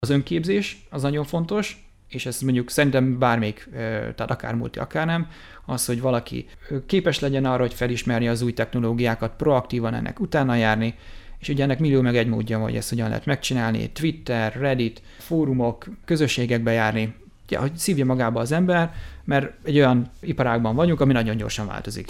Az önképzés az nagyon fontos, és ez mondjuk szerintem bármelyik, tehát akár multi, akár nem, az, hogy valaki képes legyen arra, hogy felismerje az új technológiákat, proaktívan ennek utána járni, és ugye ennek millió meg egy módja, hogy ezt hogyan lehet megcsinálni, Twitter, Reddit, fórumok, közösségekbe járni, hogy szívja magába az ember, mert egy olyan iparágban vagyunk, ami nagyon gyorsan változik.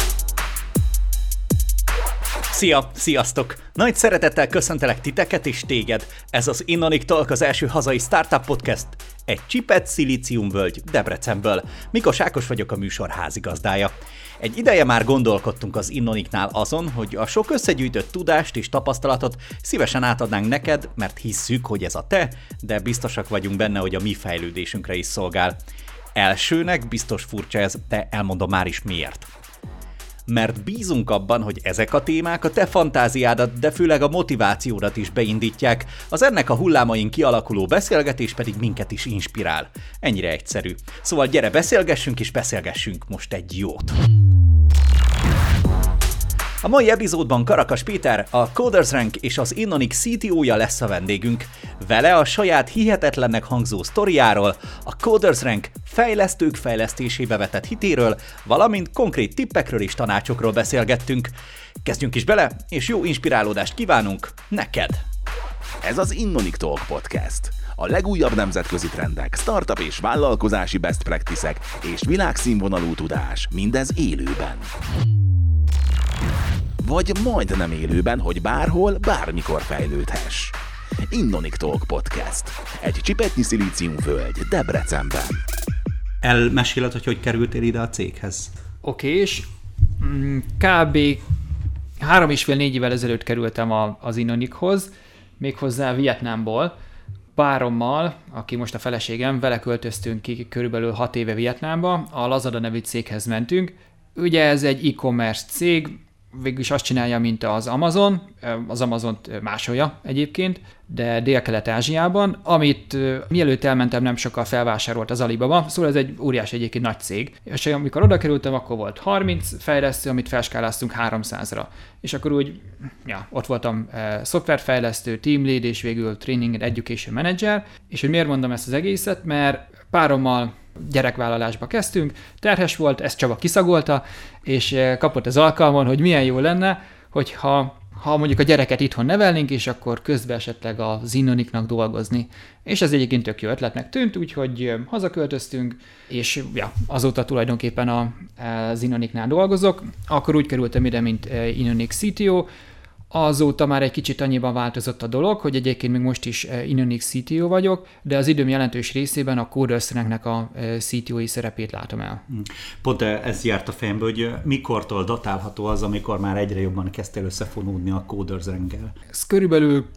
Sziasztok! Nagy szeretettel köszöntelek titeket és téged. Ez az Innonic Talk, az első hazai startup podcast. Egy csipet szilíciumvölgy Debrecenből. Mikos Ákos vagyok, a műsor házigazdája. Egy ideje már gondolkodtunk az Innonicnál azon, hogy a sok összegyűjtött tudást és tapasztalatot szívesen átadnánk neked, mert hisszük, hogy ez a te, de biztosak vagyunk benne, hogy a mi fejlődésünkre is szolgál. Elsőnek biztos furcsa ez, de elmondom már is miért. Mert bízunk abban, hogy ezek a témák a te fantáziádat, de főleg a motivációdat is beindítják, az ennek a hullámain kialakuló beszélgetés pedig minket is inspirál. Ennyire egyszerű. Szóval gyere, beszélgessünk és beszélgessünk most egy jót. A mai epizódban Karakas Péter, a Coders Rank és az Innonic CTO-ja lesz a vendégünk. Vele a saját hihetetlennek hangzó sztoriáról, a Coders Rank fejlesztők fejlesztésébe vetett hitéről, valamint konkrét tippekről és tanácsokról beszélgettünk. Kezdjünk is bele, és jó inspirálódást kívánunk neked! Ez az Innonic Talk Podcast. A legújabb nemzetközi trendek, startup és vállalkozási best practice-ek és világszínvonalú tudás, mindez élőben. Vagy majdnem élőben, hogy bárhol, bármikor fejlődhess. Innonic Talk Podcast. Egy csipetnyi szilíciumvölgy Debrecenben. Elmeséled, hogy kerültél ide a céghez? Oké, és kb. 3,5-4 évvel ezelőtt kerültem az Innonichoz, méghozzá Vietnámból. Párommal, aki most a feleségem, vele költöztünk ki körülbelül 6 éve Vietnámba, a Lazada nevű céghez mentünk. Ugye ez egy e-commerce cég, végülis azt csinálja, mint az Amazont másolja egyébként, de Dél-Kelet-Ázsiában, amit mielőtt elmentem nem sokkal felvásárolt az Alibaba, szóval ez egy óriási egyébként nagy cég. És amikor oda kerültem, akkor volt 30 fejlesztő, amit felskáláztunk 300-ra. És akkor úgy, ott voltam szoftverfejlesztő, team lead, és végül training and education manager. És hogy miért mondom ezt az egészet? Mert párommal gyerekvállalásba kezdtünk, terhes volt, ezt Csaba kiszagolta, és kapott az alkalmon, hogy milyen jó lenne, hogyha mondjuk a gyereket itthon nevelnénk, és akkor közben esetleg az Innonicnak dolgozni. És ez egyébként tök jó ötletnek tűnt, úgyhogy hazaköltöztünk, és azóta tulajdonképpen az Innonicnál dolgozok. Akkor úgy kerültem ide, mint Innonic CTO. Azóta már egy kicsit annyiban változott a dolog, hogy egyébként még most is Innonic CTO vagyok, de az időm jelentős részében a Coders Ranknek a CTO-i szerepét látom el. Pont ez járt a fejembe, hogy mikortól datálható az, amikor már egyre jobban kezdtél összefonódni a Coders Rank-el? Ez körülbelül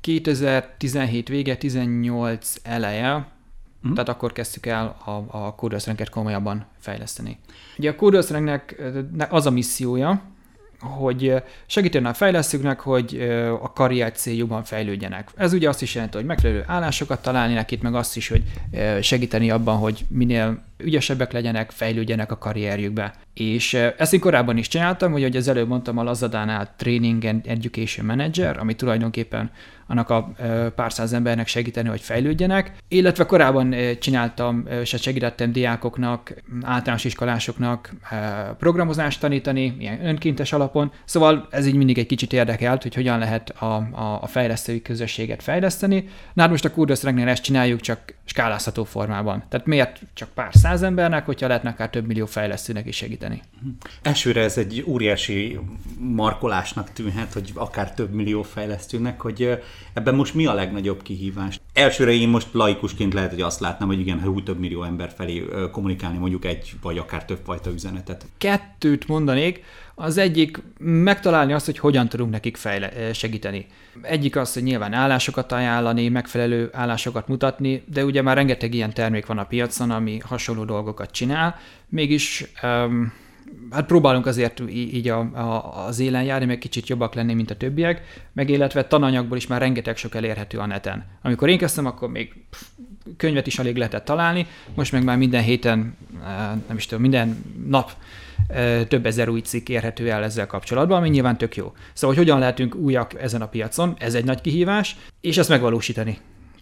2017 vége, 18 eleje, tehát akkor kezdtük el a Coders Ranket komolyabban fejleszteni. Ugye a Coders Ranknek az a missziója, hogy segíteni a fejlesztőknek, hogy a karrier céljukban fejlődjenek. Ez ugye azt is jelenti, hogy megfelelő állásokat találni nekik, meg azt is, hogy segíteni abban, hogy minél ügyesebbek legyenek, fejlődjenek a karrierjükbe. És ezt én korábban is csináltam, hogy az előbb mondtam, a Lazadánál Training and Education Manager, ami tulajdonképpen annak a pár száz embernek segíteni, hogy fejlődjenek. Illetve korábban csináltam, segítettem diákoknak, általános iskolásoknak programozást tanítani, ilyen önkéntes alapon. Szóval ez így mindig egy kicsit érdekelt, hogy hogyan lehet a fejlesztői közösséget fejleszteni. Most a Coders Ranknél ezt csináljuk, csak skálázható formában. Tehát miért csak pár száz embernek, hogyha lehetne akár több millió fejlesztőnek is segíteni? Elsőre ez egy óriási markolásnak tűnhet, hogy akár több millió fejlesztőnek, hogy ebben most mi a legnagyobb kihívás? Elsőre én most laikusként lehet, hogy azt látnám, hogy igen, ha több millió ember felé kommunikálni mondjuk egy vagy akár több fajta üzenetet. 2 mondanék. Az egyik megtalálni azt, hogy hogyan tudunk nekik segíteni. Egyik az, hogy nyilván állásokat ajánlani, megfelelő állásokat mutatni, de ugye már rengeteg ilyen termék van a piacon, ami hasonló dolgokat csinál. Mégis hát próbálunk azért így az élen járni, meg kicsit jobbak lenni, mint a többiek, meg illetve tananyagból is már rengeteg sok elérhető a neten. Amikor én kezdtem, akkor még könyvet is alig lehetett találni, most meg már minden héten, nem is tudom, minden nap több ezer új cikk érhető el ezzel kapcsolatban, ami nyilván tök jó. Szóval, hogy hogyan lehetünk újak ezen a piacon, ez egy nagy kihívás, és ezt megvalósítani.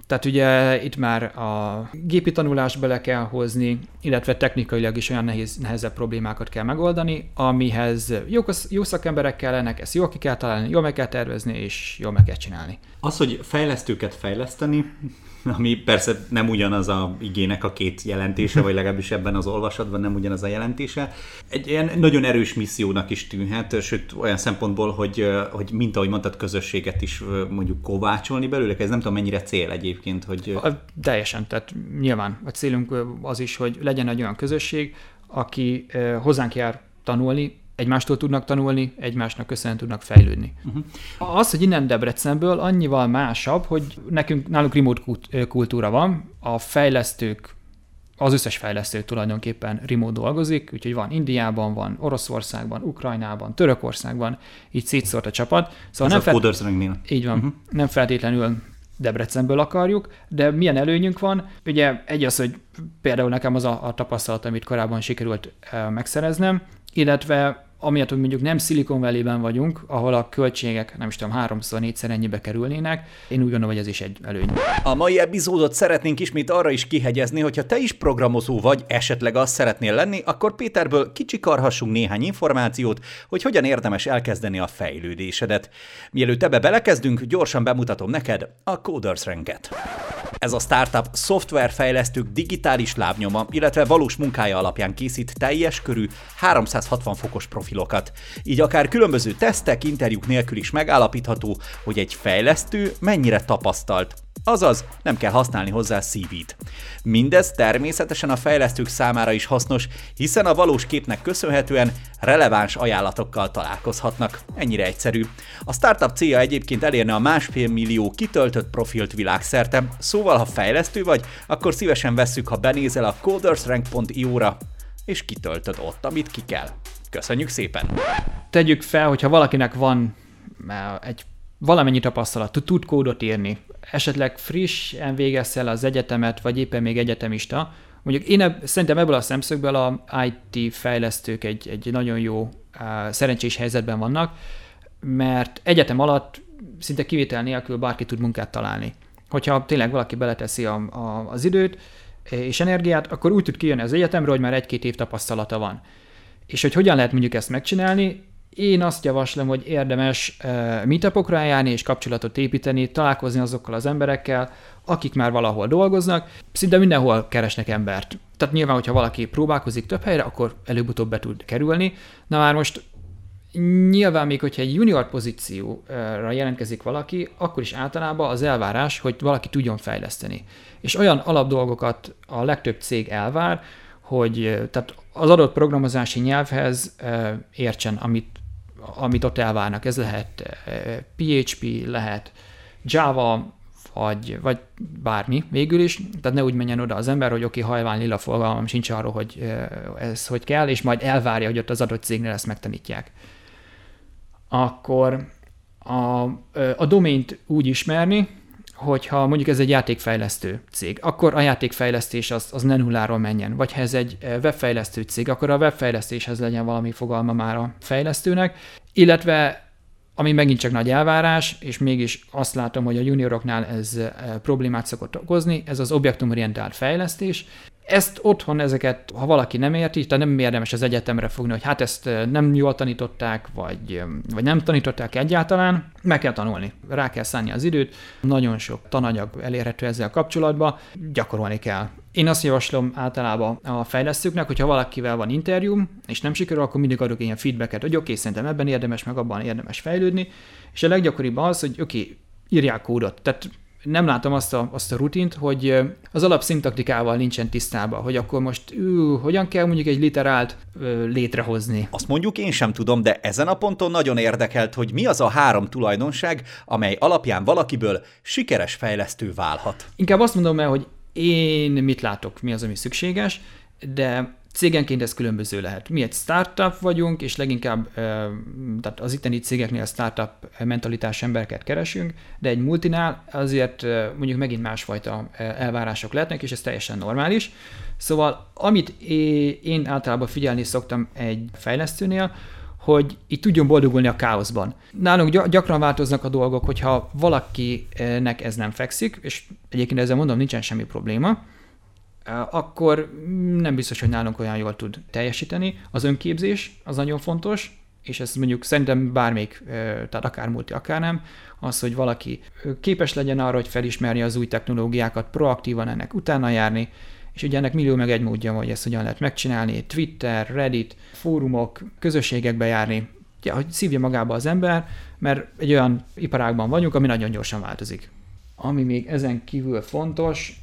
Tehát ugye itt már a gépi tanulást bele kell hozni, illetve technikailag is olyan nehezebb problémákat kell megoldani, amihez jó szakemberek kellenek, ezt jól ki kell találni, jól meg kell tervezni, és jól meg kell csinálni. Az, hogy fejlesztőket fejleszteni, ami persze nem ugyanaz a igének a két jelentése, vagy legalábbis ebben az olvasatban nem ugyanaz a jelentése. Egy ilyen nagyon erős missziónak is tűnhet, sőt olyan szempontból, hogy mint ahogy mondtad, közösséget is mondjuk kovácsolni belőle, ez nem tudom mennyire cél egyébként, hogy... Teljesen, tehát nyilván a célunk az is, hogy legyen egy olyan közösség, aki hozzánk jár tanulni, egymástól tudnak tanulni, egymásnak köszönhetően tudnak fejlődni. Az, hogy innen Debrecenből annyival másabb, hogy nálunk remote kultúra van, a fejlesztők, az összes fejlesztő tulajdonképpen remote dolgozik, úgyhogy van Indiában, van Oroszországban, Ukrajnában, Törökországban, így szétszórt a csapat. Szóval ez a Coders Ranknél. Így van, nem feltétlenül Debrecenből akarjuk, de milyen előnyünk van? Ugye egy az, hogy például nekem az a tapasztalat, amit korábban sikerült megszereznem, illetve amiatt, hogy mondjuk nem Silicon Valley-ben vagyunk, ahol a költségek, nem is tudom, 3-4-szer ennyibe kerülnének, én úgy gondolom, hogy ez is egy előny. A mai epizódot szeretnénk ismét arra is kihegyezni, hogyha te is programozó vagy, esetleg azt szeretnél lenni, akkor Péterből kicsikarhassunk néhány információt, hogy hogyan érdemes elkezdeni a fejlődésedet. Mielőtt ebbe belekezdünk, gyorsan bemutatom neked a Coders Ranket. Ez a startup szoftverfejlesztők digitális lábnyoma, illetve valós munkája alapján készít teljes körű 360 fokos profilokat. Így akár különböző tesztek, interjúk nélkül is megállapítható, hogy egy fejlesztő mennyire tapasztalt. Azaz, nem kell használni hozzá CV-t. Mindez természetesen a fejlesztők számára is hasznos, hiszen a valós képnek köszönhetően releváns ajánlatokkal találkozhatnak. Ennyire egyszerű. A startup célja egyébként elérne a 1,5 millió kitöltött profilt világszerte, szóval ha fejlesztő vagy, akkor szívesen vesszük, ha benézel a codersrank.io-ra, és kitöltöd ott, amit ki kell. Köszönjük szépen! Tegyük fel, hogyha valakinek van valamennyi tapasztalat, tud kódot írni, esetleg frissen végezte el az egyetemet, vagy éppen még egyetemista. Mondjuk én szerintem ebből a szemszögből a IT fejlesztők egy nagyon jó, szerencsés helyzetben vannak, mert egyetem alatt szinte kivétel nélkül bárki tud munkát találni. Hogyha tényleg valaki beleteszi az időt és energiát, akkor úgy tud kijönni az egyetemről, hogy már 1-2 év tapasztalata van. És hogy hogyan lehet mondjuk ezt megcsinálni, én azt javaslom, hogy érdemes meetupokra járni és kapcsolatot építeni, találkozni azokkal az emberekkel, akik már valahol dolgoznak, szinte mindenhol keresnek embert. Tehát nyilván, hogyha valaki próbálkozik több helyre, akkor előbb-utóbb be tud kerülni. Na már most nyilván még, hogyha egy junior pozícióra jelentkezik valaki, akkor is általában az elvárás, hogy valaki tudjon fejleszteni. És olyan alapdolgokat a legtöbb cég elvár, hogy tehát az adott programozási nyelvhez értsen, amit ott elvárnak. Ez lehet PHP, lehet Java, vagy bármi végül is. Tehát ne úgy menjen oda az ember, hogy oké, hajván lila fogalmam sincs arról, hogy ez hogy kell, és majd elvárja, hogy ott az adott cégnél ezt megtanítják. Akkor a domaint úgy ismerni, hogyha mondjuk ez egy játékfejlesztő cég, akkor a játékfejlesztés az ne nulláról menjen. Vagy ha ez egy webfejlesztő cég, akkor a webfejlesztéshez legyen valami fogalma már a fejlesztőnek, illetve ami megint csak nagy elvárás, és mégis azt látom, hogy a junioroknál ez problémát szokott okozni, ez az objektumorientált fejlesztés. Ezt otthon ezeket, ha valaki nem érti, tehát nem érdemes az egyetemre fogni, hogy hát ezt nem jól tanították, vagy nem tanították egyáltalán, meg kell tanulni, rá kell szánni az időt, nagyon sok tananyag elérhető ezzel kapcsolatban, gyakorolni kell. Én azt javaslom általában a fejlesztőknek, hogyha valakivel van interjúm, és nem sikerül, akkor mindig adok ilyen feedbacket, hogy oké, szerintem ebben érdemes, meg abban érdemes fejlődni, és a leggyakoribb az, hogy oké, írják kódot, tehát nem látom azt a rutint, hogy az alapszintaktikával nincsen tisztában, hogy akkor most hogyan kell mondjuk egy literált létrehozni. Azt mondjuk én sem tudom, de ezen a ponton nagyon érdekelt, hogy mi az a 3 tulajdonság, amely alapján valakiből sikeres fejlesztő válhat. Inkább azt mondom el, hogy én mit látok, mi az, ami szükséges, de cégenként ez különböző lehet. Mi egy startup vagyunk, és leginkább tehát az itteni cégeknél a startup mentalitás embereket keresünk, de egy multinál azért mondjuk megint másfajta elvárások lehetnek, és ez teljesen normális. Szóval amit én általában figyelni szoktam egy fejlesztőnél, hogy így tudjon boldogulni a káoszban. Nálunk gyakran változnak a dolgok, hogyha valakinek ez nem fekszik, és egyébként ezzel mondom, nincsen semmi probléma, akkor nem biztos, hogy nálunk olyan jól tud teljesíteni. Az önképzés az nagyon fontos, és ez mondjuk szerintem bármelyik, tehát akár multi, akár nem, az, hogy valaki képes legyen arra, hogy felismerje az új technológiákat, proaktívan ennek utána járni, és ugye ennek millió meg egy módja, hogy ezt hogyan lehet megcsinálni, Twitter, Reddit, fórumok, közösségekbe járni, ja, hogy szívja magába az ember, mert egy olyan iparágban vagyunk, ami nagyon gyorsan változik. Ami még ezen kívül fontos,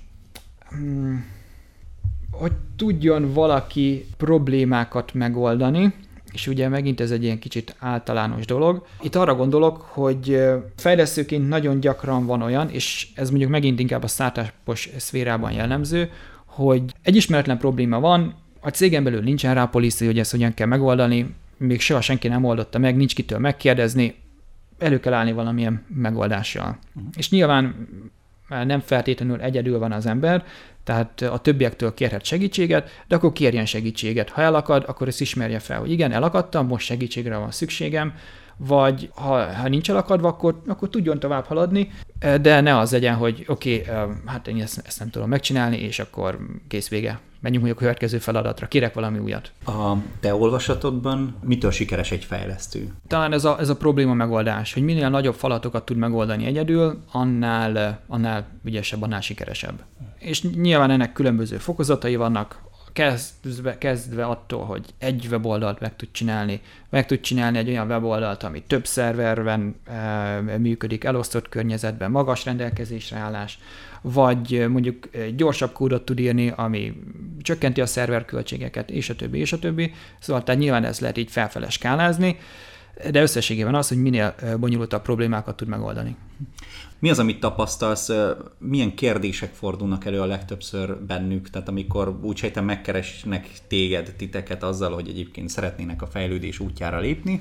hogy tudjon valaki problémákat megoldani, és ugye megint ez egy ilyen kicsit általános dolog. Itt arra gondolok, hogy fejlesztőként nagyon gyakran van olyan, és ez mondjuk megint inkább a startupos szférában jellemző, hogy egy ismeretlen probléma van, a cégen belül nincsen rá policy, hogy ezt hogyan kell megoldani, még soha senki nem oldotta meg, nincs kitől megkérdezni, elő kell állni valamilyen megoldással. És nyilván nem feltétlenül egyedül van az ember, tehát a többiektől kérhet segítséget, de akkor kérjen segítséget. Ha elakad, akkor ezt ismerje fel, hogy igen, elakadtam, most segítségre van szükségem, vagy ha nincs elakadva, akkor tudjon tovább haladni, de ne az legyen, hogy oké, hát én ezt nem tudom megcsinálni, és akkor kész, vége. Menjünk mondjuk a következő feladatra, kérek valami újat. A te olvasatodban mitől sikeres egy fejlesztő? Talán ez a probléma megoldás, hogy minél nagyobb falatokat tud megoldani egyedül, annál ügyesebb, annál sikeresebb. És nyilván ennek különböző fokozatai vannak, kezdve attól, hogy egy weboldalt meg tud csinálni egy olyan weboldalt, ami több szerverben működik, elosztott környezetben, magas rendelkezésre állás, vagy mondjuk gyorsabb kódot tud írni, ami csökkenti a szerverköltségeket, és a többi, és a többi. Szóval tehát nyilván ezt lehet így felfele skálázni, de összességében az, hogy minél bonyolultabb problémákat tud megoldani. Mi az, amit tapasztalsz, milyen kérdések fordulnak elő a legtöbbször bennük? Tehát amikor úgy sejtem megkeresnek titeket azzal, hogy egyébként szeretnének a fejlődés útjára lépni,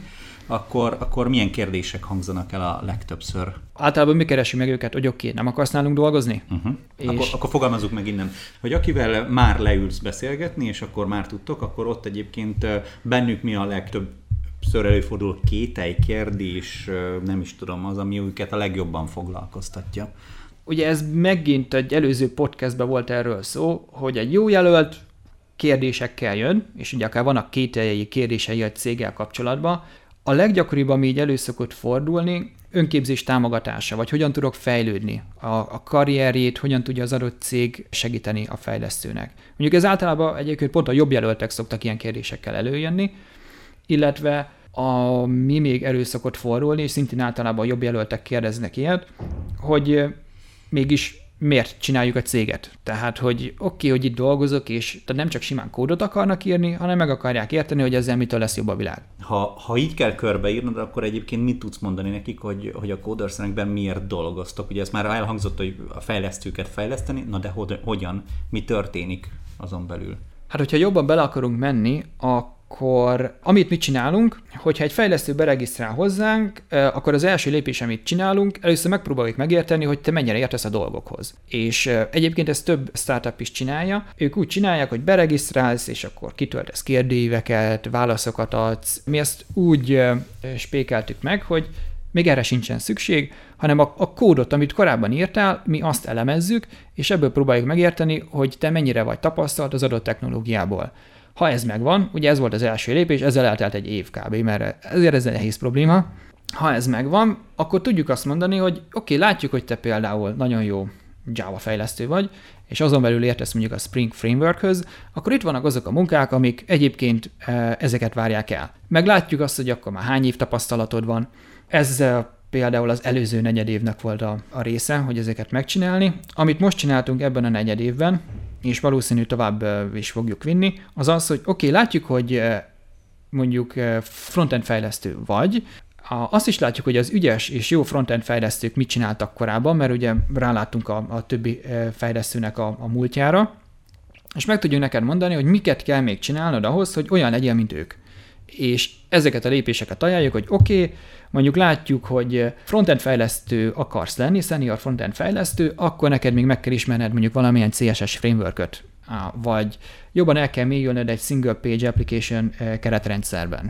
akkor milyen kérdések hangzanak el a legtöbbször? Általában mi keresünk meg őket, hogy oké, nem akarsz nálunk dolgozni? És... Akkor fogalmazzuk meg innen, hogy akivel már leülsz beszélgetni, és akkor már tudtok, akkor ott egyébként bennük mi a legtöbb előfordul kételj, kérdés, nem is tudom, az, ami őket a legjobban foglalkoztatja. Ugye ez megint egy előző podcastben volt erről szó, hogy egy jó jelölt kérdésekkel jön, és ugye akár vannak kételjei, kérdései a céggel kapcsolatban. A leggyakoribb, ami így elő szokott fordulni, önképzés támogatása, vagy hogyan tudok fejlődni, a karrierjét, hogyan tudja az adott cég segíteni a fejlesztőnek. Mondjuk ez általában egyébként pont a jobb jelöltek szoktak ilyen kérdésekkel előjönni, illetve ami még elő szokott fordulni, és szintén általában a jobb jelöltek kérdeznek ilyet, hogy mégis miért csináljuk a céget. Tehát, hogy oké, hogy itt dolgozok, és tehát nem csak simán kódot akarnak írni, hanem meg akarják érteni, hogy ezzel mitől lesz jobb a világ. Ha így kell körbeírnod, akkor egyébként mit tudsz mondani nekik, hogy a Coderstrengthben miért dolgoztok? Ugye ez már elhangzott, hogy a fejlesztőket fejleszteni, na de hogyan? Mi történik azon belül? Hát, hogyha jobban bele akarunk menni, akkor amit mi csinálunk, hogyha egy fejlesztő beregisztrál hozzánk, akkor az első lépés, amit csinálunk, először megpróbáljuk megérteni, hogy te mennyire értesz a dolgokhoz. És egyébként ezt több startup is csinálja. Ők úgy csinálják, hogy beregisztrálsz, és akkor kitöltesz kérdőíveket, válaszokat adsz. Mi ezt úgy spékeltük meg, hogy még erre sincsen szükség, hanem a kódot, amit korábban írtál, mi azt elemezzük, és ebből próbáljuk megérteni, hogy te mennyire vagy tapasztalt az adott technológiából. Ha ez megvan, ugye ez volt az első lépés, ezzel eltelt egy év kb., mert ezért ez egy nehéz probléma. Ha ez megvan, akkor tudjuk azt mondani, hogy oké, látjuk, hogy te például nagyon jó Java fejlesztő vagy, és azon belül értesz mondjuk a Spring Frameworkhöz, akkor itt vannak azok a munkák, amik egyébként ezeket várják el. Meglátjuk azt, hogy akkor már hány év tapasztalatod van. Ez például az előző negyedévnek volt a része, hogy ezeket megcsinálni. Amit most csináltunk ebben a negyedévben, és valószínű tovább is fogjuk vinni, az az, hogy oké, látjuk, hogy mondjuk frontend fejlesztő vagy, azt is látjuk, hogy az ügyes és jó frontend fejlesztők mit csináltak korábban, mert ugye ráláttunk a többi fejlesztőnek a múltjára, és meg tudjuk neked mondani, hogy miket kell még csinálnod ahhoz, hogy olyan legyél, mint ők. És ezeket a lépéseket ajánljuk, hogy oké, mondjuk látjuk, hogy frontend fejlesztő akarsz lenni, senior frontend fejlesztő, akkor neked még meg kell ismerned mondjuk valamilyen CSS frameworköt, vagy jobban el kell mélyülned egy single page application keretrendszerben.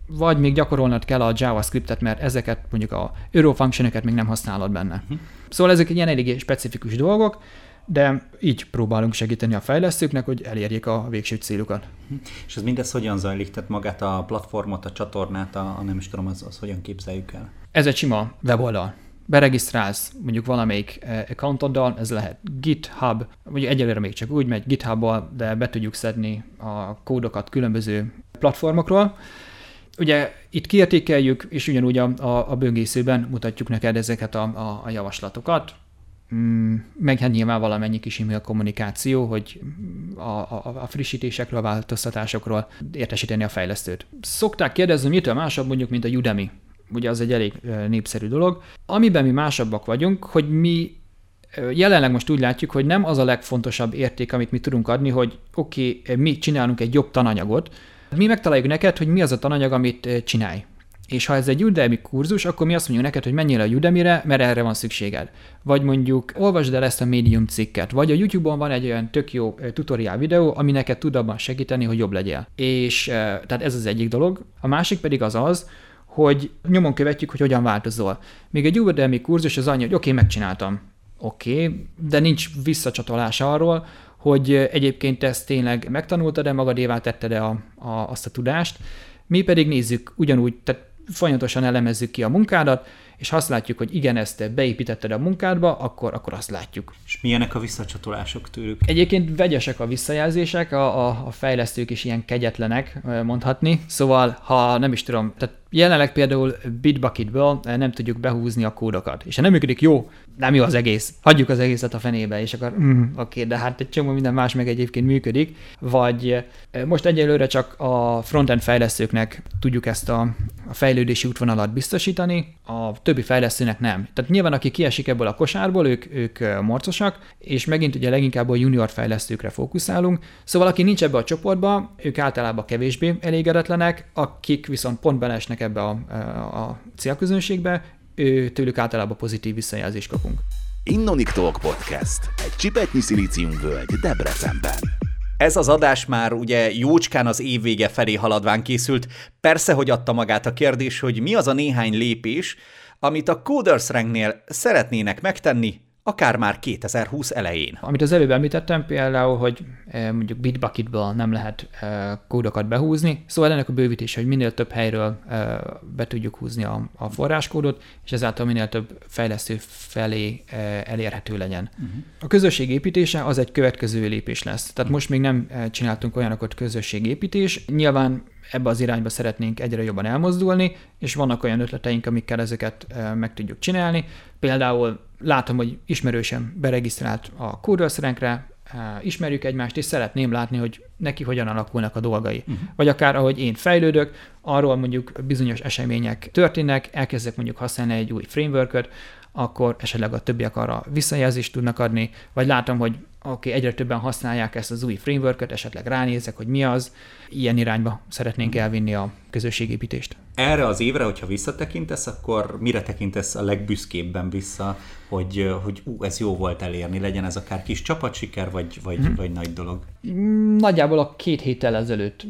vagy még gyakorolnod kell a JavaScriptet, mert ezeket mondjuk a Eurofunctionokat még nem használod benne. Szóval ezek ilyen eléggé specifikus dolgok, de így próbálunk segíteni a fejlesztőknek, hogy elérjék a végső célukat. És ez mindez hogyan zajlik? Tehát magát a platformot, a csatornát, nem is tudom, az hogyan képzeljük el? Ez egy sima weboldal. Beregisztrálsz mondjuk valamelyik accountoddal, ez lehet GitHub, vagy egyelőre még csak úgy megy GitHub-bal, de be tudjuk szedni a kódokat különböző platformokról. Ugye itt kiértékeljük, és ugyanúgy a böngészőben mutatjuk neked ezeket a javaslatokat. Meg hát nyilván valamennyi kis e-mail kommunikáció, hogy a frissítésekről, a változtatásokról értesíteni a fejlesztőt. Szokták kérdezni, mitől másabb mondjuk, mint a Udemy. Ugye az egy elég népszerű dolog. Amiben mi másabbak vagyunk, hogy mi jelenleg most úgy látjuk, hogy nem az a legfontosabb érték, amit mi tudunk adni, hogy oké, mi csinálunk egy jobb tananyagot, mi megtaláljuk neked, hogy mi az a tananyag, amit csinálj. És ha ez egy Udemy kurzus, akkor mi azt mondjuk neked, hogy menjél a Udemy-re, mert erre van szükséged. Vagy mondjuk olvasd el ezt a Medium cikket, vagy a YouTube-on van egy olyan tök jó tutorial videó, ami neked tud abban segíteni, hogy jobb legyél. És tehát ez az egyik dolog. A másik pedig az, hogy nyomon követjük, hogy hogyan változol. Még egy Udemy kurzus az annyi, hogy oké, megcsináltam. Oké, de nincs visszacsatolás arról, hogy egyébként ezt tényleg megtanultad-e, magadévá tetted-e azt a tudást. Mi pedig nézzük ugyanúgy, tehát folyamatosan elemezzük ki a munkádat, és ha azt látjuk, hogy igen, ezt beépítetted a munkádba, akkor azt látjuk. És milyenek a visszacsatolások tőlük? Egyébként vegyesek a visszajelzések, a fejlesztők is ilyen kegyetlenek mondhatni, szóval ha nem is tudom, tehát jelenleg például Bitbucketből nem tudjuk behúzni a kódokat, és ha nem működik, jó, nem jó az egész, hagyjuk az egészet a fenébe, és akkor oké, de hát egy csomó minden más meg egyébként működik, vagy most egyelőre csak a frontend fejlesztőknek tudjuk ezt a fejlődési útvonalat biztosítani, a többi fejlesztőnek nem. Tehát nyilván, aki kiesik ebből a kosárból, ők morcosak, és megint ugye leginkább a junior fejlesztőkre fókuszálunk, szóval aki nincs ebbe a csoportba, ők általában kevésbé elégedetlenek, akik viszont pont beleesnek ebbe a célközönségbe, tőlük általában pozitív visszajelzést kapunk. Innonic Talk Podcast, egy csipetnyi szilíciumvölgy Debrecenben. Ez az adás már ugye jócskán az év vége felé haladván készült. Persze, hogy adta magát a kérdés, hogy mi az a néhány lépés, amit a Coders Ranknél szeretnének megtenni, akár már 2020 elején. Amit az előbb említettem, például, hogy mondjuk Bitbucketből nem lehet kódokat behúzni, szóval ennek a bővítése, hogy minél több helyről be tudjuk húzni a forráskódot, és ezáltal minél több fejlesztő felé elérhető legyen. A közösség építése az egy következő lépés lesz. Tehát most még nem csináltunk olyanokat közösségépítés. Nyilván ebbe az irányba szeretnénk egyre jobban elmozdulni, és vannak olyan ötleteink, amikkel ezeket meg tudjuk csinálni. Például látom, hogy ismerősen beregisztrált a Coders Rankre, ismerjük egymást, és szeretném látni, hogy neki hogyan alakulnak a dolgai. Vagy akár ahogy én fejlődök, arról mondjuk bizonyos események történnek, elkezdek mondjuk használni egy új frameworköt, akkor esetleg a többiek arra visszajelzést tudnak adni, vagy látom, hogy egyre többen használják ezt az új frameworköt, esetleg ránézek, hogy mi az. Ilyen irányba szeretnénk elvinni a közösségépítést. Erre az évre, hogyha visszatekintesz, akkor mire tekintesz a legbüszkébben vissza, hogy ez jó volt elérni, legyen ez akár kis csapatsiker, vagy nagy dolog? Nagyjából a 2 héttel ezelőtt.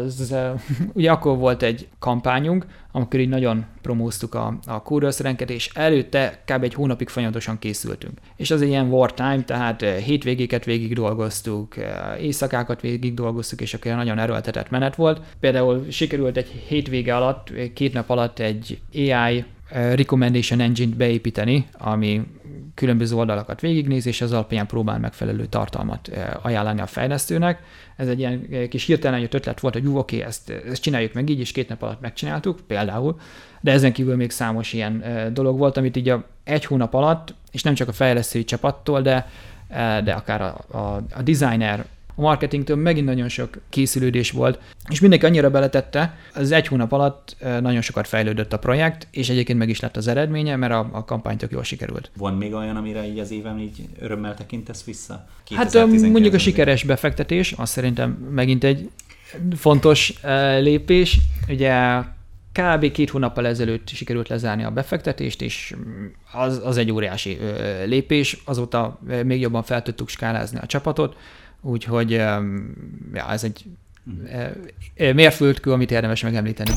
Ugye akkor volt egy kampányunk, amikor így nagyon promóztuk a Coders Ranket, és előtte kb. Egy hónapig folyamatosan készültünk. És az ilyen wartime, tehát hétvégéket végig dolgoztuk, éjszakákat végig dolgoztuk, és akkor nagyon erőltetett menet volt. Például sikerült egy hétvége alatt, 2 nap alatt egy AI recommendation engine-t beépíteni, ami különböző oldalakat végignéz, és az alapján próbál megfelelő tartalmat ajánlani a fejlesztőnek. Ez egy ilyen kis hirtelen jött ötlet volt, hogy oké, ezt csináljuk meg így, és 2 nap alatt megcsináltuk, például. De ezen kívül még számos ilyen dolog volt, amit így egy hónap alatt, és nem csak a fejlesztői csapattól, de akár a designer, a marketingtől megint nagyon sok készülődés volt, és mindenki annyira beletette, az 1 hónap alatt nagyon sokat fejlődött a projekt, és egyébként meg is lett az eredménye, mert a kampány tök jól sikerült. Van még olyan, amire így az éven így örömmel tekintesz vissza? Hát mondjuk a sikeres befektetés, az szerintem megint egy fontos lépés. Ugye kb. 2 hónappal ezelőtt sikerült lezárni a befektetést, és az egy óriási lépés. Azóta még jobban fel tudtuk skálázni a csapatot, úgyhogy ez egy mérföldkő, amit érdemes megemlíteni.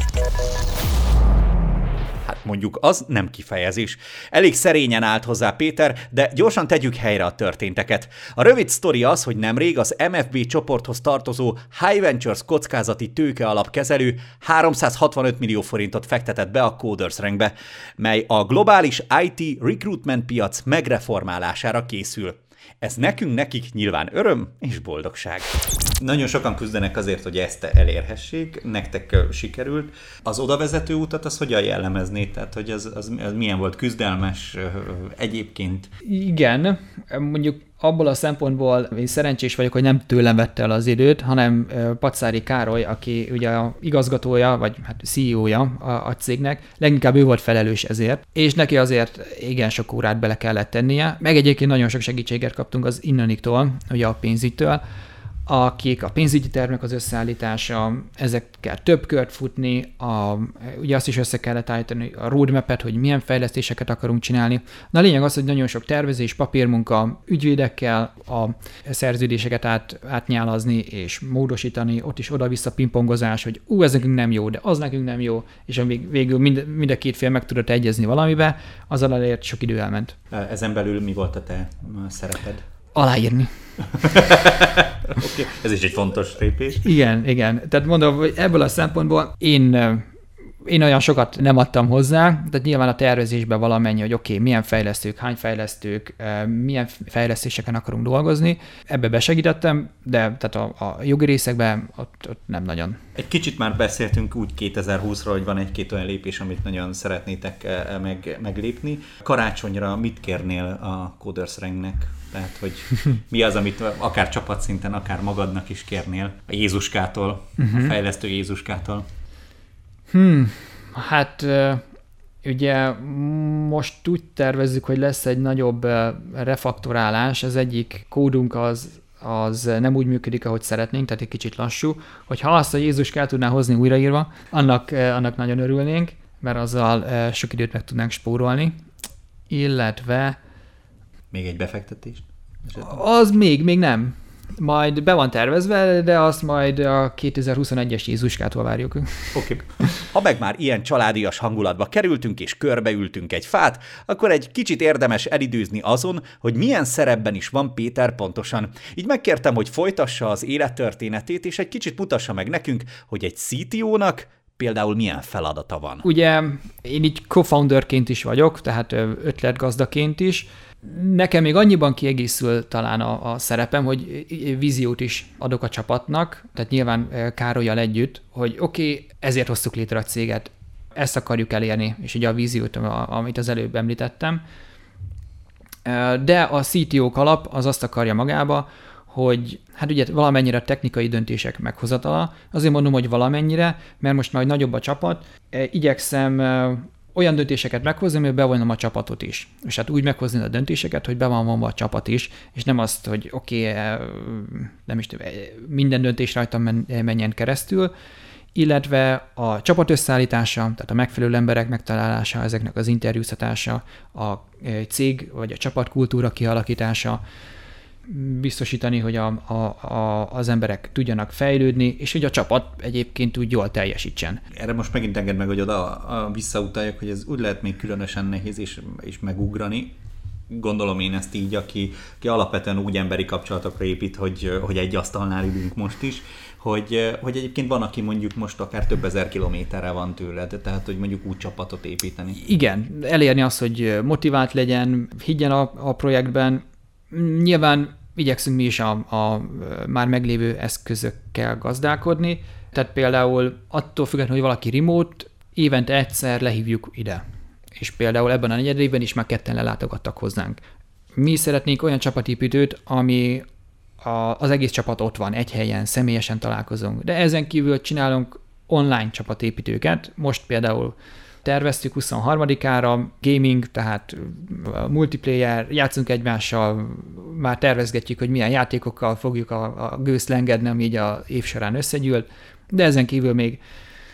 Hát mondjuk az nem kifejezés. Elég szerényen állt hozzá Péter, de gyorsan tegyük helyre a történteket. A rövid sztori az, hogy nemrég az MFB csoporthoz tartozó High Ventures kockázati tőke alapkezelő 365 millió forintot fektetett be a Coders Rankbe, mely a globális IT recruitment piac megreformálására készül. Ez nekik nyilván öröm és boldogság. Nagyon sokan küzdenek azért, hogy ezt elérhessék, nektek sikerült. Az odavezető utat az hogyan jellemezné? Tehát, hogy az milyen volt, küzdelmes egyébként? Igen, mondjuk abból a szempontból én szerencsés vagyok, hogy nem tőlem vette el az időt, hanem Pacári Károly, aki ugye a igazgatója, vagy hát CEO-ja a cégnek, leginkább ő volt felelős ezért, és neki azért igen sok órát bele kellett tennie, meg egyébként nagyon sok segítséget kaptunk az Innoniktól, ugye a pénzügytől, akik a pénzügyi tervnek az összeállítása, ezekkel több kört futni, ugye azt is össze kellett állítani, a roadmap-et, hogy milyen fejlesztéseket akarunk csinálni. Na a lényeg az, hogy nagyon sok tervezés, papírmunka, ügyvédekkel a szerződéseket átnyálazni és módosítani, ott is oda-vissza pingpongozás, hogy ez nekünk nem jó, de az nekünk nem jó, és végül mind a két fél meg tudott egyezni valamibe, azzal elért sok idő elment. Ezen belül mi volt a te szereped? Aláírni. Okay. Ez is egy fontos lépés. Igen. Tehát mondom, hogy ebből a szempontból én olyan sokat nem adtam hozzá, tehát nyilván a tervezésben valamennyi, hogy oké, milyen fejlesztők, hány fejlesztők, milyen fejlesztéseken akarunk dolgozni. Ebbe besegítettem, de tehát a jogi részekben ott nem nagyon. Egy kicsit már beszéltünk úgy 2020-ról, hogy van egy-két olyan lépés, amit nagyon szeretnétek meglépni. Karácsonyra mit kérnél a Coders Ranknek? Tehát, hogy mi az, amit akár csapatszinten, akár magadnak is kérnél a Jézuskától, a fejlesztő Jézuskától? Hát ugye most úgy tervezzük, hogy lesz egy nagyobb refaktorálás, az egyik kódunk az nem úgy működik, ahogy szeretnénk, tehát egy kicsit lassú. Hogyha azt a Jézuskát tudná hozni újraírva, annak nagyon örülnénk, mert azzal sok időt meg tudnánk spórolni, illetve... Még egy befektetést? Az még nem. Majd be van tervezve, de azt majd a 2021-es Jézuskától várjuk. Oké. Ha meg már ilyen családias hangulatba kerültünk és körbeültünk egy fát, akkor egy kicsit érdemes elidőzni azon, hogy milyen szerepben is van Péter pontosan. Így megkértem, hogy folytassa az élettörténetét, és egy kicsit mutassa meg nekünk, hogy egy CTO-nak például milyen feladata van. Ugye én így co-founderként is vagyok, tehát ötletgazdaként is. Nekem még annyiban kiegészül talán a szerepem, hogy víziót is adok a csapatnak, tehát nyilván Károllyal együtt, hogy oké, ezért hoztuk létre a céget, ezt akarjuk elérni, és ugye a víziót, amit az előbb említettem. De a CTO kalap az azt akarja magába, hogy hát ugye valamennyire a technikai döntések meghozatala, azért mondom, hogy valamennyire, mert most már nagyobb a csapat, igyekszem olyan döntéseket meghozni, hogy bevonom a csapatot is. És hát úgy meghozni a döntéseket, hogy be van vonva a csapat is, és nem azt, hogy nem is minden döntés rajtam menjen keresztül, illetve a csapat összeállítása, tehát a megfelelő emberek megtalálása, ezeknek az interjúztatása, a cég vagy a csapatkultúra kialakítása, biztosítani, hogy az emberek tudjanak fejlődni, és hogy a csapat egyébként úgy jól teljesítsen. Erre most megint engedd meg, hogy oda visszautaljak, hogy ez úgy lehet még különösen nehéz és megugrani. Gondolom én ezt így, aki alapvetően úgy emberi kapcsolatokra épít, hogy egy asztalnál ülünk most is, hogy egyébként van, aki mondjuk most akár több ezer kilométerre van tőled, tehát hogy mondjuk úgy csapatot építeni. Igen, elérni azt, hogy motivált legyen, higgyen a projektben. Nyilván igyekszünk mi is a már meglévő eszközökkel gazdálkodni, tehát például attól függetlenül, hogy valaki remote, évente egyszer lehívjuk ide. És például ebben a negyed évben is már 2 lelátogattak hozzánk. Mi szeretnénk olyan csapatépítőt, ami az egész csapat ott van, egy helyen, személyesen találkozunk. De ezen kívül csinálunk online csapatépítőket. Most például terveztük 23-ára, gaming, tehát multiplayer, játszunk egymással, már tervezgetjük, hogy milyen játékokkal fogjuk a gőzt lengedni, ami így a év során összegyűlt, de ezen kívül még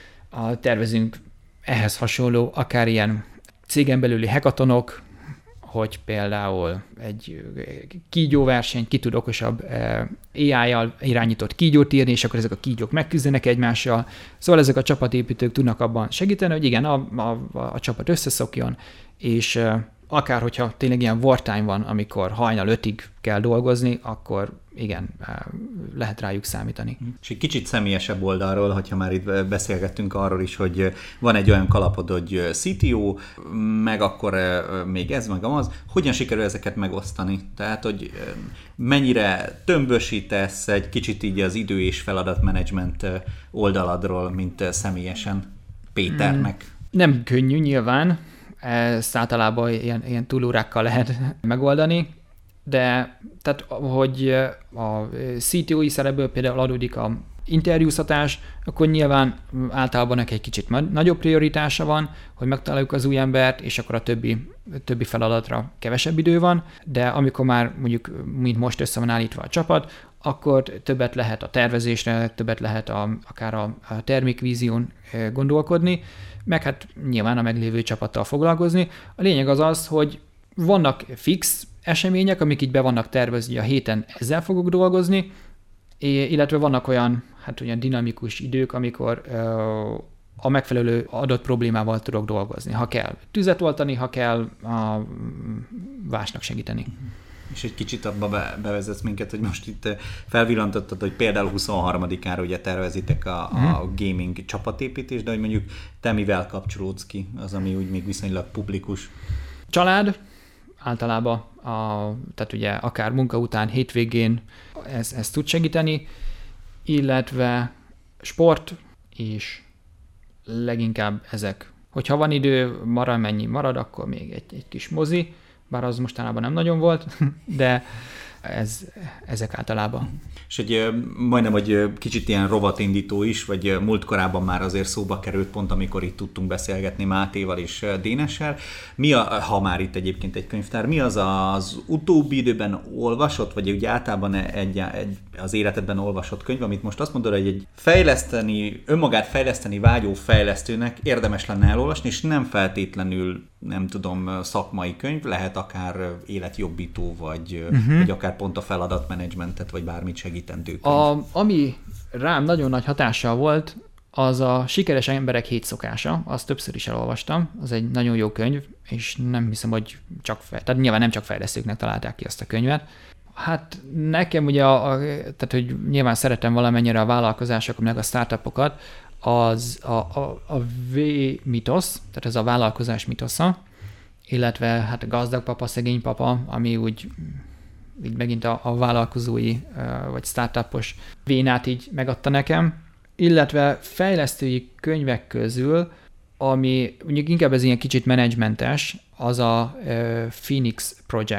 tervezünk ehhez hasonló, akár ilyen cégen belüli hackathonok, hogy például egy kígyóverseny, ki tud okosabb AI-jal irányított kígyót írni, és akkor ezek a kígyók megküzdenek egymással. Szóval ezek a csapatépítők tudnak abban segíteni, hogy igen, a csapat összeszokjon, és akár hogyha tényleg ilyen wartime van, amikor hajnal 5-ig kell dolgozni, akkor igen, lehet rájuk számítani. És egy kicsit személyesebb oldalról, hogyha már itt beszélgettünk arról is, hogy van egy olyan kalapod, hogy CTO, meg akkor még ez, meg az, hogyan sikerül ezeket megosztani? Tehát, hogy mennyire tömbösítesz egy kicsit így az idő és feladatmenedzsment oldaladról, mint személyesen Péternek? Nem könnyű nyilván, ezt általában ilyen túlórákkal lehet megoldani, de tehát, hogy a CTO-i szerepből például adódik a interjúztatás, akkor nyilván általában egy kicsit nagyobb prioritása van, hogy megtaláljuk az új embert, és akkor a többi feladatra kevesebb idő van, de amikor már mondjuk, mint most össze van állítva a csapat, akkor többet lehet a tervezésre, többet lehet akár a termékvízión gondolkodni, meg hát nyilván a meglévő csapattal foglalkozni. A lényeg az, hogy vannak fix események, amik így be vannak tervezni, a héten ezzel fogok dolgozni, illetve vannak olyan dinamikus idők, amikor a megfelelő adott problémával tudok dolgozni. Ha kell tüzet oltani, ha kell a vásnak segíteni. És egy kicsit abba bevezetsz minket, hogy most itt felvillantottad, hogy például 23-ára ugye tervezitek a gaming csapatépítést, de hogy mondjuk te mivel kapcsolódsz ki, az, ami úgy még viszonylag publikus? Család, általában, tehát ugye akár munka után, hétvégén ez tud segíteni, illetve sport, és leginkább ezek. Hogyha van idő, mennyi marad, akkor még egy kis mozi, bár az mostanában nem nagyon volt, de ezek általában. És majdnem, hogy kicsit ilyen rovatindító is, vagy múltkorában már azért szóba került, pont amikor itt tudtunk beszélgetni Mátéval és Dénessel. Ha már itt egyébként egy könyvtár, mi az utóbbi időben olvasott, vagy úgy általában az életedben olvasott könyv, amit most azt mondod, hogy egy önmagát fejleszteni vágyó fejlesztőnek érdemes lenne elolvasni, és nem feltétlenül, nem tudom, szakmai könyv, lehet akár életjobbító, vagy akár pont a feladatmenedzsmentet, vagy bármit segítendő könyv. Ami rám nagyon nagy hatással volt, az a Sikeres emberek 7 szokása, azt többször is elolvastam, az egy nagyon jó könyv, és nem hiszem, hogy tehát nyilván nem csak fejlesztőknek találták ki azt a könyvet. Hát nekem ugye, tehát hogy nyilván szeretem valamennyire a vállalkozásokat, meg a startupokat, az a V-mitosz, tehát ez a vállalkozás mitosza, illetve hát a gazdag papa, szegény papa, ami úgy így megint a vállalkozói vagy startupos vénát így megadta nekem, illetve fejlesztői könyvek közül, ami mondjuk inkább ez ilyen kicsit menedzsmentes, az a Phoenix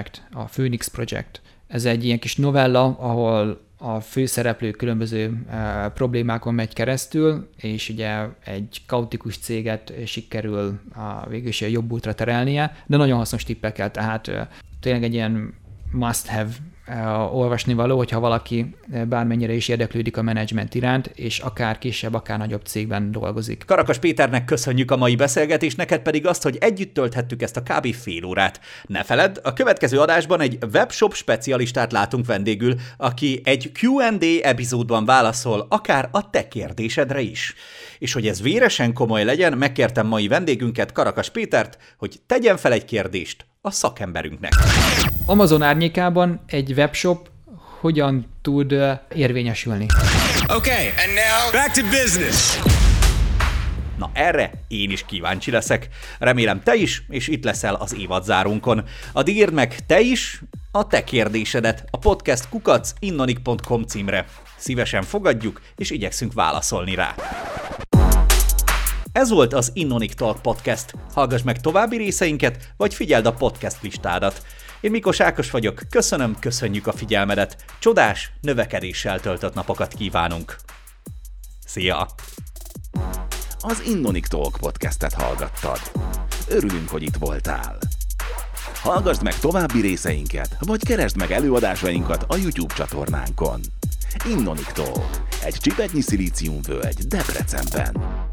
Project. Ez egy ilyen kis novella, ahol a főszereplő különböző problémákon megy keresztül, és ugye egy kaotikus céget sikerül végül is a jobb útra terelnie, de nagyon hasznos tippekkel, tehát tényleg egy ilyen must-have olvasnivaló, hogyha valaki bármennyire is érdeklődik a menedzsment iránt, és akár kisebb, akár nagyobb cégben dolgozik. Karakas Péternek köszönjük a mai beszélgetést, neked pedig azt, hogy együtt tölthettük ezt a kb. Fél órát. Ne feledd, a következő adásban egy webshop specialistát látunk vendégül, aki egy Q&A epizódban válaszol akár a te kérdésedre is. És hogy ez véresen komoly legyen, megkértem mai vendégünket, Karakas Pétert, hogy tegyen fel egy kérdést a szakemberünknek. Amazon árnyékában egy webshop hogyan tud érvényesülni? Okay, and now back to business. Na erre én is kíváncsi leszek. Remélem te is, és itt leszel az évadzárunkon. Addig írd meg te is a te kérdésedet a podcast@innonik.com címre. Szívesen fogadjuk, és igyekszünk válaszolni rá. Ez volt az Innonik Talk Podcast. Hallgass meg további részeinket, vagy figyeld a podcast listádat. Én Mikos Ákos vagyok, köszönjük a figyelmedet, csodás, növekedéssel töltött napokat kívánunk. Szia! Az Innonik Talk Podcastet hallgattad. Örülünk, hogy itt voltál. Hallgassd meg további részeinket, vagy keresd meg előadásainkat a YouTube csatornánkon. Innonik Talk, egy csipetnyi szilíciumvölgy Debrecenben.